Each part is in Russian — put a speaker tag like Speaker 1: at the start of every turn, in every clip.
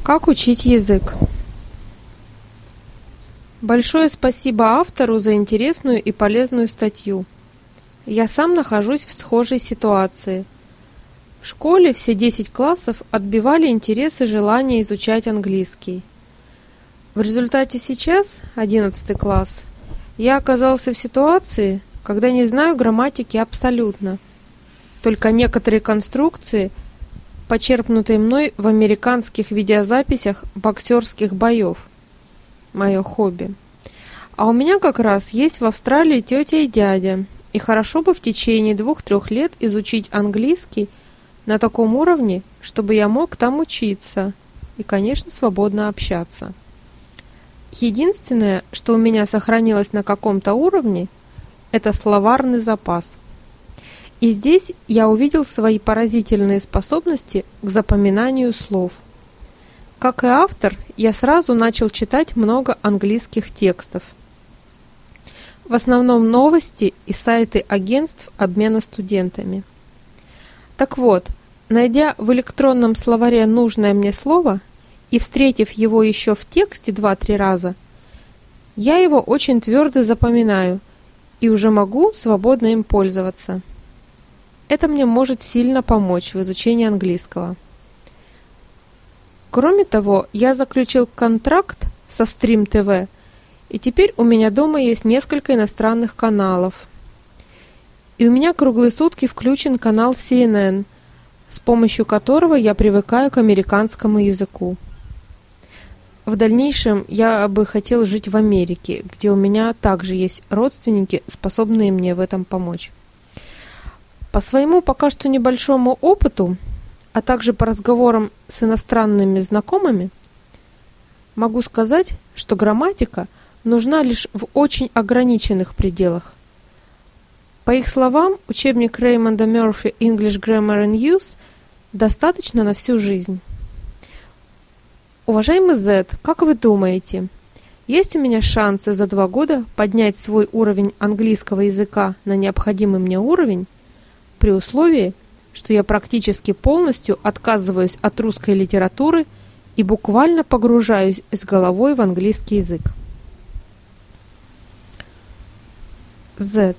Speaker 1: Как учить язык? Большое спасибо автору за интересную и полезную статью. Я сам нахожусь в схожей ситуации. В школе все 10 классов отбивали интерес и желание изучать английский. В результате сейчас, 11 класс, я оказался в ситуации, когда не знаю грамматики абсолютно. Только некоторые конструкции, почерпнутые мной в американских видеозаписях боксерских боев. Мое хобби. А у меня как раз есть в Австралии тетя и дядя, и хорошо бы в течение 2-3 лет изучить английский на таком уровне, чтобы я мог там учиться и, конечно, свободно общаться. Единственное, что у меня сохранилось на каком-то уровне, это словарный запас. И здесь я увидел свои поразительные способности к запоминанию слов. Как и автор, я сразу начал читать много английских текстов. В основном новости и сайты агентств обмена студентами. Так вот, найдя в электронном словаре нужное мне слово и встретив его еще в тексте 2-3 раза, я его очень твердо запоминаю и уже могу свободно им пользоваться. Это мне может сильно помочь в изучении английского. Кроме того, я заключил контракт со Stream TV, и теперь у меня дома есть несколько иностранных каналов. И у меня круглые сутки включен канал CNN, с помощью которого я привыкаю к американскому языку. В дальнейшем я бы хотел жить в Америке, где у меня также есть родственники, способные мне в этом помочь. По своему пока что небольшому опыту, а также по разговорам с иностранными знакомыми, могу сказать, что грамматика нужна лишь в очень ограниченных пределах. По их словам, учебник Реймонда Мерфи English Grammar and Use достаточно на всю жизнь. Уважаемый Z, как вы думаете, есть у меня шансы за 2 года поднять свой уровень английского языка на необходимый мне уровень, при условии, что я практически полностью отказываюсь от русской литературы и буквально погружаюсь с головой в английский язык? Z.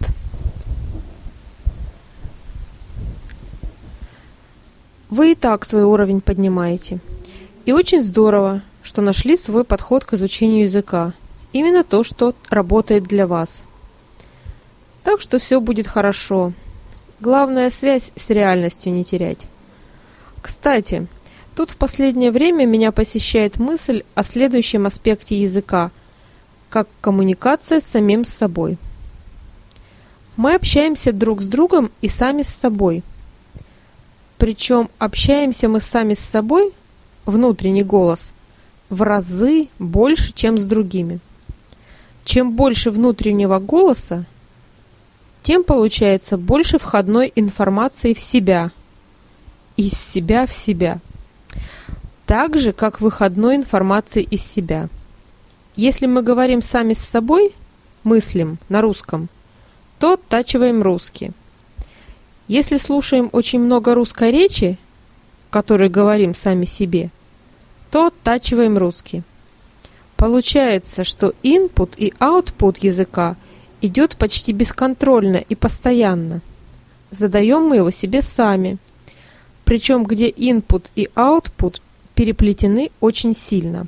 Speaker 1: Вы и так свой уровень поднимаете. И очень здорово, что нашли свой подход к изучению языка. Именно то, что работает для вас. Так что все будет хорошо. Главное, связь с реальностью не терять. Кстати, тут в последнее время меня посещает мысль о следующем аспекте языка, как коммуникация с самим собой. Мы общаемся друг с другом и сами с собой. Причем общаемся мы сами с собой, внутренний голос, в разы больше, чем с другими. Чем больше внутреннего голоса, тем получается больше входной информации в себя, из себя в себя, так же, как выходной информации из себя. Если мы говорим сами с собой, мыслим на русском, то оттачиваем русский. Если слушаем очень много русской речи, которой говорим сами себе, то оттачиваем русский. Получается, что input и output языка идет почти бесконтрольно и постоянно. Задаем мы его себе сами. Причем, где input и output переплетены очень сильно.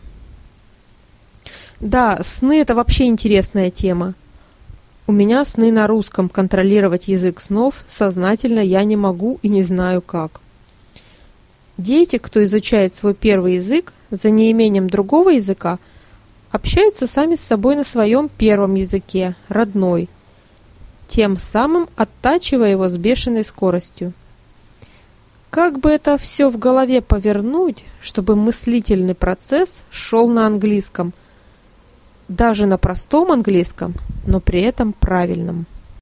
Speaker 1: Да, сны – это вообще интересная тема. У меня сны на русском, контролировать язык снов сознательно я не могу и не знаю как. Дети, кто изучает свой первый язык за неимением другого языка, общаются сами с собой на своем первом языке, родной, тем самым оттачивая его с бешеной скоростью. Как бы это все в голове повернуть, чтобы мыслительный процесс шел на английском, даже на простом английском, но при этом правильном?